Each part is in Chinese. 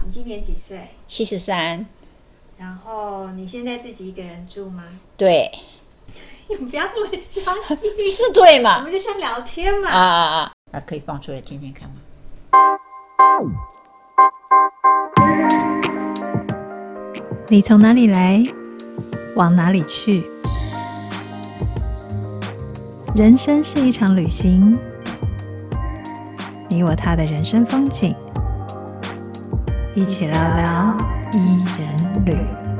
你今年几岁 ？73。 然后你现在自己一个人住吗？ 对。 你不要那么装逼。 是对嘛？ 我们就像聊天嘛。 那可以放出来听听看吗？ 你从哪里来，往哪里去？人生是一场旅行，你我他的人生风景，一起聊聊一人旅。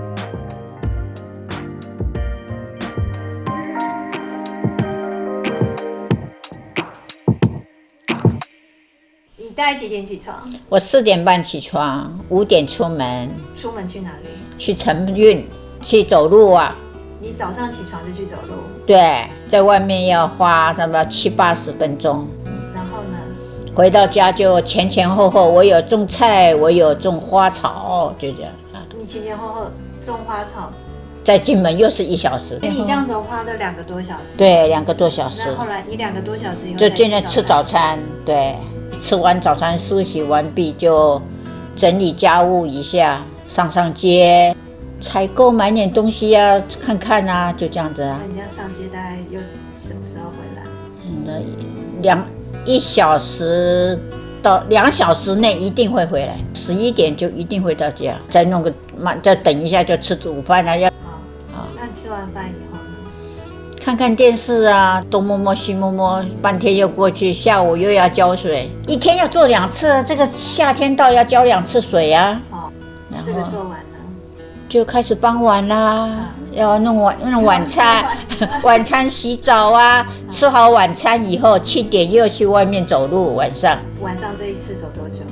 你大概几点起床？ 我4点半起床，5点出门。 出门去哪里？ 去晨运，去走路啊。 你早上起床就去走路？ 对，在外面要花差不多70-80分钟。 然后呢？ 回到家就前前后后，我有种菜，我有种花草，就这样。 你前前后后种花草， 再进门又是1小时。 你这样子花了2个多小时？ 对，2个多小时。 那后来你2个多小时以后就进来吃早餐，对，吃完早餐梳洗完毕就整理家务一下，上街采购买点东西啊，看看啊，就这样子啊。 那你这样上街大概又什么时候回来 ？1小时到2小时内一定会回来，11点就一定会到家，再弄个再等一下就吃午饭了。 那吃完饭以后呢？ 看看电视啊，东摸摸西摸摸，半天又过去，下午又要浇水，一天要做2次，这个夏天到要浇2次水啊。 这个做完呢， 就开始傍晚啦，要弄晚餐，晚餐洗澡啊，吃好晚餐以后7点又去外面走路，晚上这一次走多久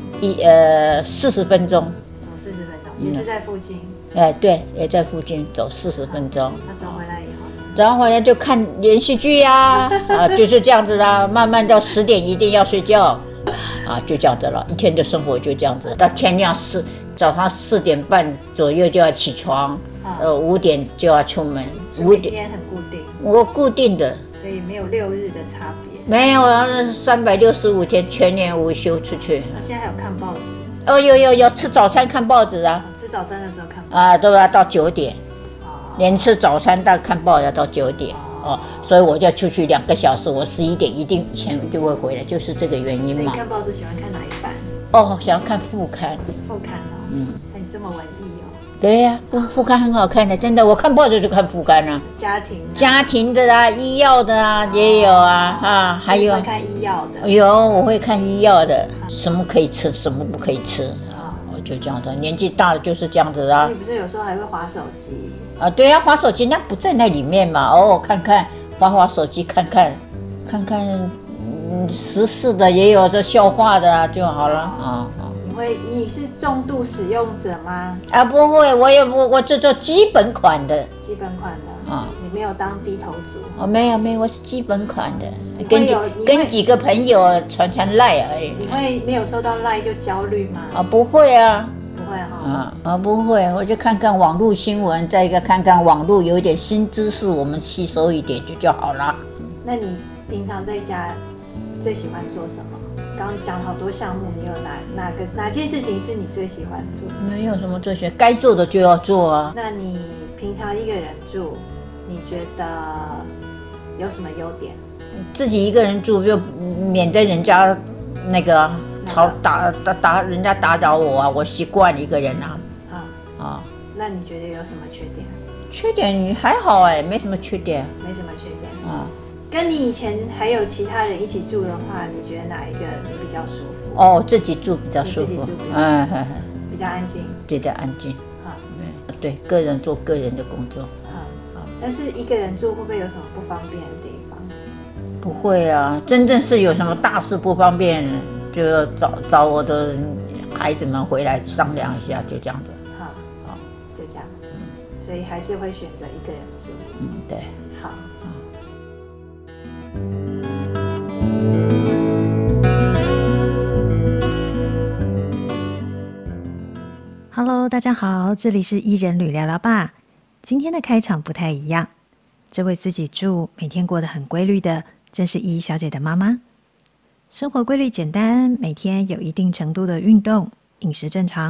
？40分钟。 走40分钟，也是在附近？ 对，也在附近走40分钟。 那走回来以后呢？ 走回来就看连续剧啊，就是这样子啦。慢慢到10点一定要睡觉，就这样子了。一天的生活就这样子，到天亮早上4点半左右就要起床，5点就要出门。 每天很固定？ 我固定的， 所以没有6日的差别？ 没有，365天全年无休出去。 现在还有看报纸？ 有吃早餐看报纸啊。 吃早餐的时候看报纸都要到9点，连吃早餐到看报要到9点。所以我就出去2个小时，我11点一定前就会回来，就是这个原因嘛。 你看报纸喜欢看哪一版？ 想要看副刊。 副刊那你这么文艺哦？ 对呀，副刊很好看的，真的。我看报纸就看副刊啊。家庭的啊，医药的啊也有啊，还有。 会看医药的？ 我会看医药的，什么可以吃，什么不可以吃。我就这样子，年纪大了就是这样子啊。 你不是有时候还会滑手机？ 对啊，滑手机那不在那里面嘛。看看滑手机，看看时事的也有，这笑话的就好了。 你是重度使用者吗？ 不会，我这做基本款的。 基本款的你没有当低头族？ 没有，我是基本款的，跟几个朋友传赖而已。 你会没有收到赖就焦虑吗？ 不会啊。 不会不会，我就看看网络新闻，再一个看看网络有一点新知识，我们吸收一点就好了。 那你平常在家最喜欢做什么？刚刚讲了好多项目，你有哪件事情是你最喜欢做？ 没有什么最喜欢，该做的就要做啊。 那你平常一个人住，你觉得有什么优点？ 自己一个人住就免得人家那个打人家打扰我啊，我习惯一个人啊。 那你觉得有什么缺点？ 缺点还好没什么缺点。 没什么缺点跟你以前还有其他人一起住的话，你觉得哪一个你比较舒服？ 自己住比较舒服。 自己住比较安静。 对的，安静。对，个人做个人的工作。 但是一个人住会不会有什么不方便的地方？ 不会啊，真正是有什么大事不方便，就要找我的孩子们回来商量一下，就这样子。 就这样。所以还是会选择一个人住。 对。 好。Hello， 大家好，这里是一人旅聊聊吧。今天的开场不太一样，这位自己住、每天过得很规律的，正是依依小姐的妈妈。生活规律简单，每天有一定程度的运动，饮食正常，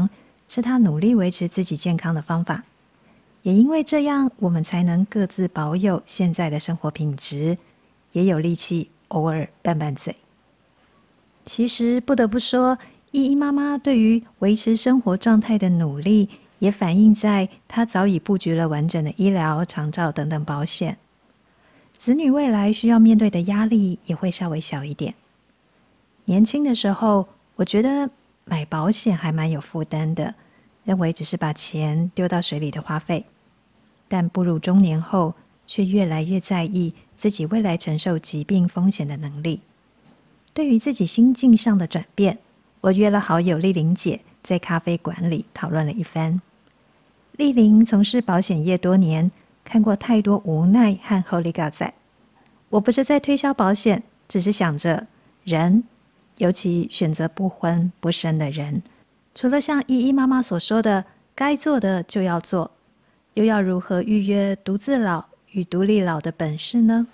是他努力维持自己健康的方法。也因为这样，我们才能各自保有现在的生活品质，也有力气偶尔拌拌嘴。其实不得不说，依依妈妈对于维持生活状态的努力，也反映在她早已布局了完整的医疗、长照等等保险。子女未来需要面对的压力也会稍微小一点。年轻的时候，我觉得买保险还蛮有负担的，认为只是把钱丢到水里的花费。但步入中年后，却越来越在意自己未来承受疾病风险的能力。对于自己心境上的转变，我约了好友丽玲姐在咖啡馆里讨论了一番。丽玲从事保险业多年，看过太多无奈和后里嘎仔。我不是在推销保险，只是想着人，尤其选择不婚不生的人，除了像依依妈妈所说的该做的就要做，又要如何预约独自老与独立老的本事呢？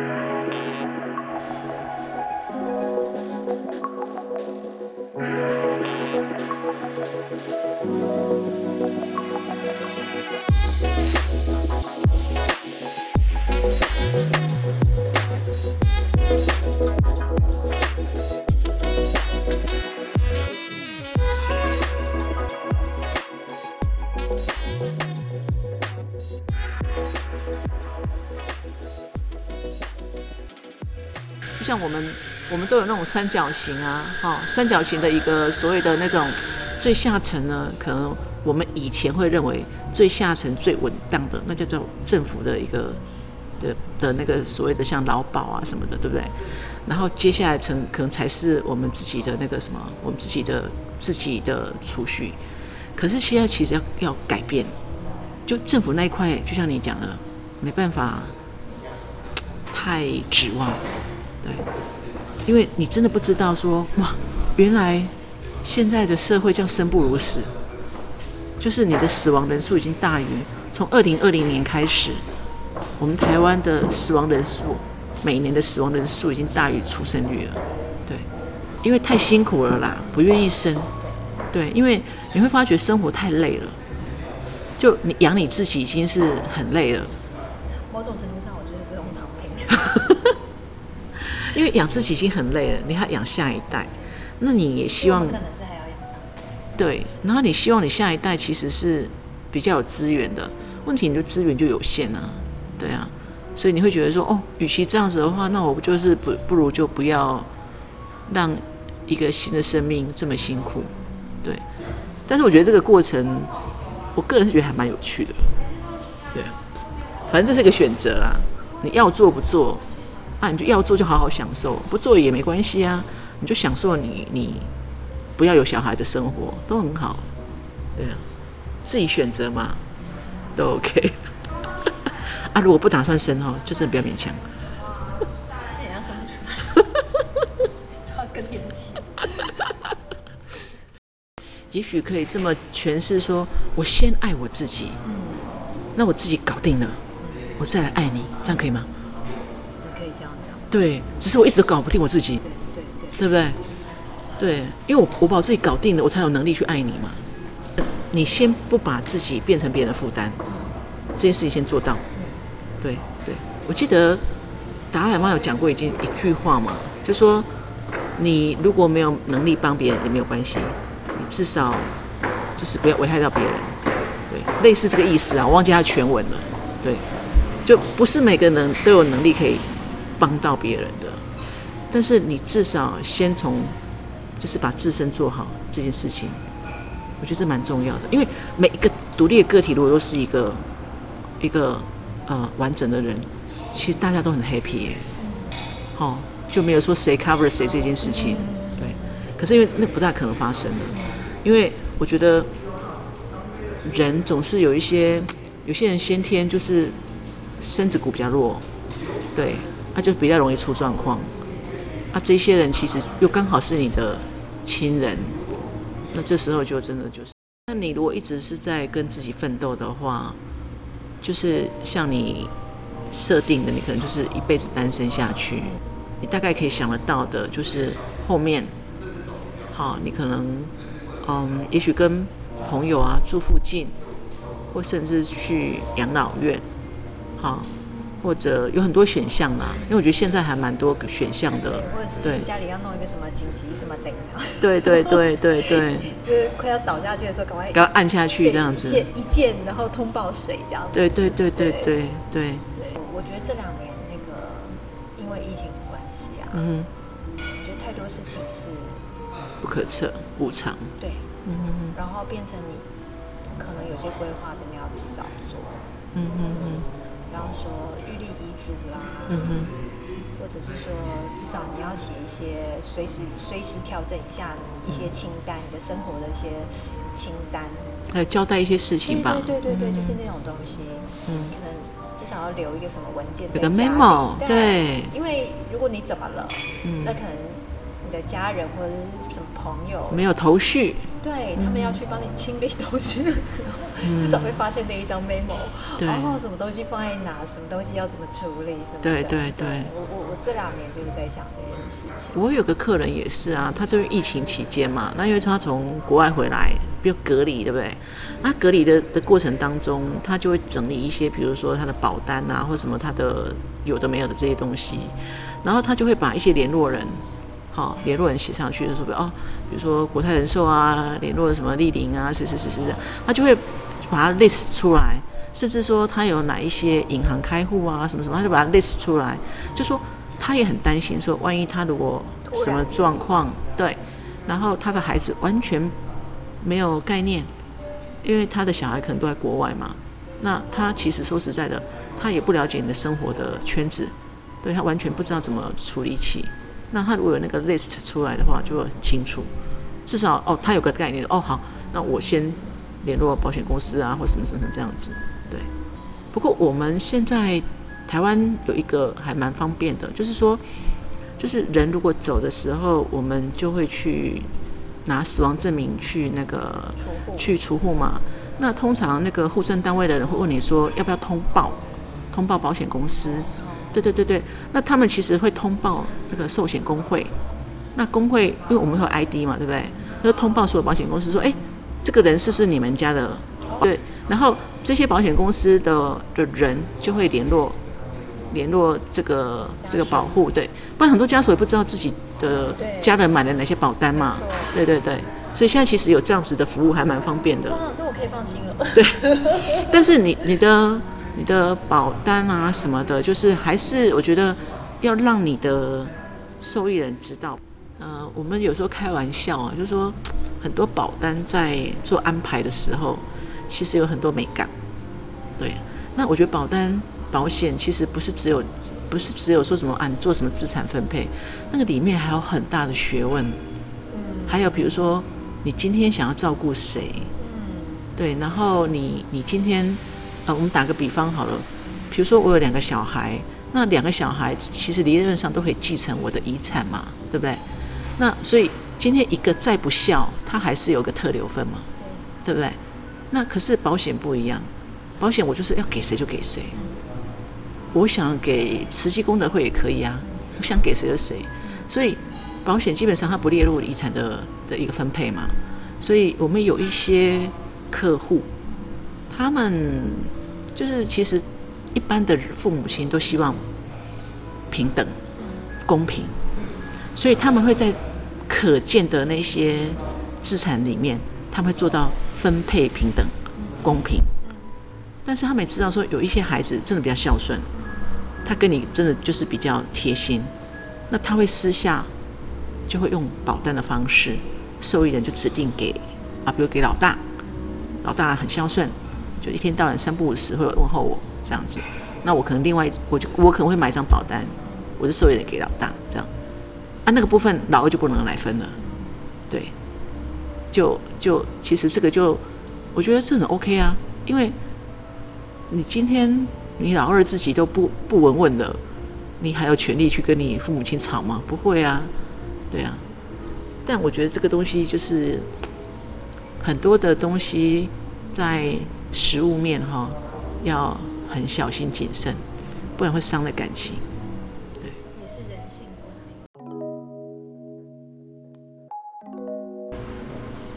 就像我们都有那种三角形啊，三角形的一个所谓的那种最下层呢，可能我们以前会认为最下层最稳当的，那叫做政府的一个的那个所谓的像劳保啊什么的，对不对？然后接下来层可能才是我们自己的那个什么，我们自己的储蓄。可是现在其实要改变，就政府那一块，就像你讲的，没办法太指望。对，因为你真的不知道说，哇，原来现在的社会叫生不如死，就是你的死亡人数已经大于从2020年开始，我们台湾的死亡人数，每年的死亡人数已经大于出生率了。对，因为太辛苦了啦，不愿意生。对，因为你会发觉生活太累了，就你养你自己已经是很累了。 某种程度上，我觉得是用躺平。 因为养自己已经很累了，你还养下一代，那你也希望可能是还要养上一代。 对，然后你希望你下一代其实是比较有资源的，问题你的资源就有限啊，对啊，所以你会觉得说，哦，与其这样子的话，那我就是不如就不要让一个新的生命这么辛苦，对。但是我觉得这个过程，我个人是觉得还蛮有趣的，对啊，反正这是一个选择啦，你要做不做。你就要做就好好享受，不做也没关系啊，你就享受你不要有小孩的生活都很好，对啊，自己选择嘛，都 OK 啊。如果不打算生就真的不要勉强。 现在也要生不出来，都要更年期。 也许可以这么诠释说，我先爱我自己，那我自己搞定了，我再来爱你，这样可以吗？对，只是我一直都搞不定我自己，对不对？对，因为我把我自己搞定了，我才有能力去爱你嘛。你先不把自己变成别人的负担，这件事情先做到。对，我记得达赖喇嘛有讲过一句话嘛，就说你如果没有能力帮别人也没有关系，你至少就是不要危害到别人。对，类似这个意思啊，我忘记他全文了。对，就不是每个人都有能力可以帮到别人的，但是你至少先从就是把自身做好这件事情，我觉得这蛮重要的。因为每一个独立的个体如果都是一个完整的人，其实大家都很 happy 耶，就没有说谁 cover 谁这件事情。对，可是因为那不大可能发生的，因为我觉得人总是有些人先天就是身子骨比较弱，对。就比较容易出状况，这些人其实又刚好是你的亲人，那这时候就真的就是，那你如果一直是在跟自己奋斗的话，就是像你设定的，你可能就是一辈子单身下去，你大概可以想得到的就是后面，你可能也许跟朋友啊住附近，或甚至去养老院，好，或者有很多选项啦。因为我觉得现在还蛮多选项的， 或者是家里要弄一个什么紧急什么铃， 对， 就是快要倒下去的时候，赶快按下去这样子， 一键然后通报谁这样子。 对。 我觉得这2年那个因为疫情的关系啊，我觉得太多事情是不可测无常， 对，然后变成你可能有些规划真的要及早做，比方说预立遗嘱啦，或者是说至少你要写一些随时调整一下一些清单，你的生活的一些清单， 还有交代一些事情吧。 对，就是那种东西，可能至少要留一个什么文件在有个家里 memo， 对，因为如果你怎么了，那可能你的家人或者是什么朋友没有头绪， 对他们要去帮你清理东西的时候，至少会发现那一张 memo， 然后什么东西放在哪，什么东西要怎么处理什么的。对，我这2年就是在想这件事情。 我有个客人也是啊，他就是疫情期间嘛，那因为他从国外回来，比如隔离，对不对？那隔离的过程当中，他就会整理一些，比如说他的保单啊，或什么他的有的没有的这些东西，然后他就会把一些联络人写上去，就说比如说国泰人寿啊，联络什么立林啊，是，他就会把它 list 出来，甚至说他有哪一些银行开户啊，什么，他就把它 list 出来，就说他也很担心，说万一他如果什么状况，对，然后他的孩子完全没有概念，因为他的小孩可能都在国外嘛，那他其实说实在的，他也不了解你的生活的圈子，对，他完全不知道怎么处理起。那他如果有那个 list 出来的话，就会很清楚，至少他有个概念，好，那我先联络保险公司啊，或什么这样子，对。不过我们现在台湾有一个还蛮方便的，就是说，就是人如果走的时候，我们就会去拿死亡证明去那个去除户嘛。那通常那个户政单位的人会问你说，要不要通报保险公司？对，那他们其实会通报这个寿险公会，那公会因为我们会有 ID 嘛，对不对？就通报所有保险公司说，这个人是不是你们家的？对，然后这些保险公司的人就会联络这个保护，对，不然很多家属也不知道自己的家人买了哪些保单嘛，对，所以现在其实有这样子的服务还蛮方便的。 那我可以放心了。 对，但是你的保单啊什么的，就是还是我觉得要让你的受益人知道。我们有时候开玩笑啊，就是说很多保单在做安排的时候，其实有很多美感。对，那我觉得保险其实不是只有说什么你做什么资产分配，那个里面还有很大的学问。还有比如说你今天想要照顾谁，对，然后你今天我们打个比方好了，比如说我有2个小孩，那2个小孩其实理论上都可以继承我的遗产嘛，对不对？那所以今天一个再不孝，他还是有个特留分嘛，对不对？那可是保险不一样，保险我就是要给谁就给谁，我想给慈济功德会也可以啊，我想给谁就谁，所以保险基本上它不列入遗产的一个分配嘛，所以我们有一些客户。他们就是其实一般的父母亲都希望平等、公平，所以他们会在可见的那些资产里面，他们会做到分配平等、公平。但是他们也知道说，有一些孩子真的比较孝顺，他跟你真的就是比较贴心，那他会私下就会用保单的方式，受益人就指定给比如给老大很孝顺。就一天到晚3不5时会问候我这样子，那我可能我可能会买一张保单，我是受益人给老大这样，那个部分老二就不能来分了，对，就其实这个就我觉得这很 OK 啊，因为你今天你老二自己都不稳稳的，你还有权利去跟你父母亲吵吗？不会啊，对啊，但我觉得这个东西就是很多的东西在实务面要很小心谨慎，不然会伤了感情。对， 也是人性问题。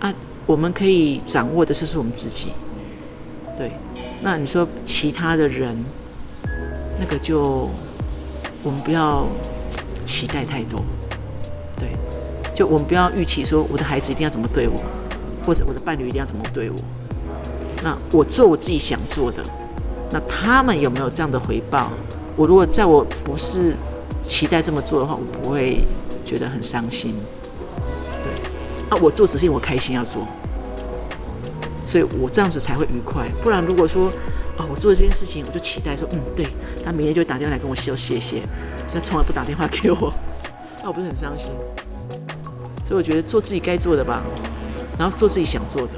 我们可以掌握的就是我们自己。对，那你说其他的人，那个就我们不要期待太多。对，就我们不要预期说我的孩子一定要怎么对我，或者我的伴侣一定要怎么对我。那我做我自己想做的，那他们有没有这样的回报？我如果在我不是期待这么做的话，我不会觉得很伤心。对，啊，我做只是因为我开心要做，所以我这样子才会愉快。不然如果说我做这件事情，我就期待说，对，他明天就会打电话来跟我说谢谢，所以从来不打电话给我，那我不是很伤心？所以我觉得做自己该做的吧，然后做自己想做的。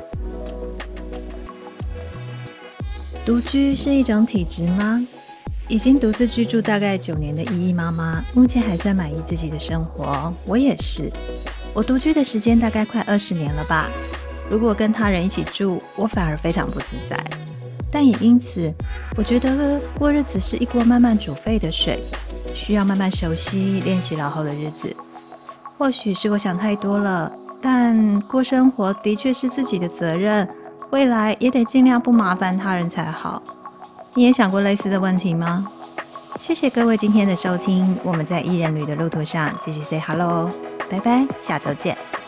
独居是一种体质吗？已经独自居住大概9年的依依妈妈，目前还算满意自己的生活。我也是，我独居的时间大概快20年了吧。如果跟他人一起住，我反而非常不自在。但也因此，我觉得过日子是一锅慢慢煮沸的水，需要慢慢熟悉、练习老后的日子。或许是我想太多了，但过生活的确是自己的责任，未来也得尽量不麻烦他人才好。你也想过类似的问题吗？谢谢各位今天的收听，我们在一人旅的路途上继续 say hello 哦，拜拜，下周见。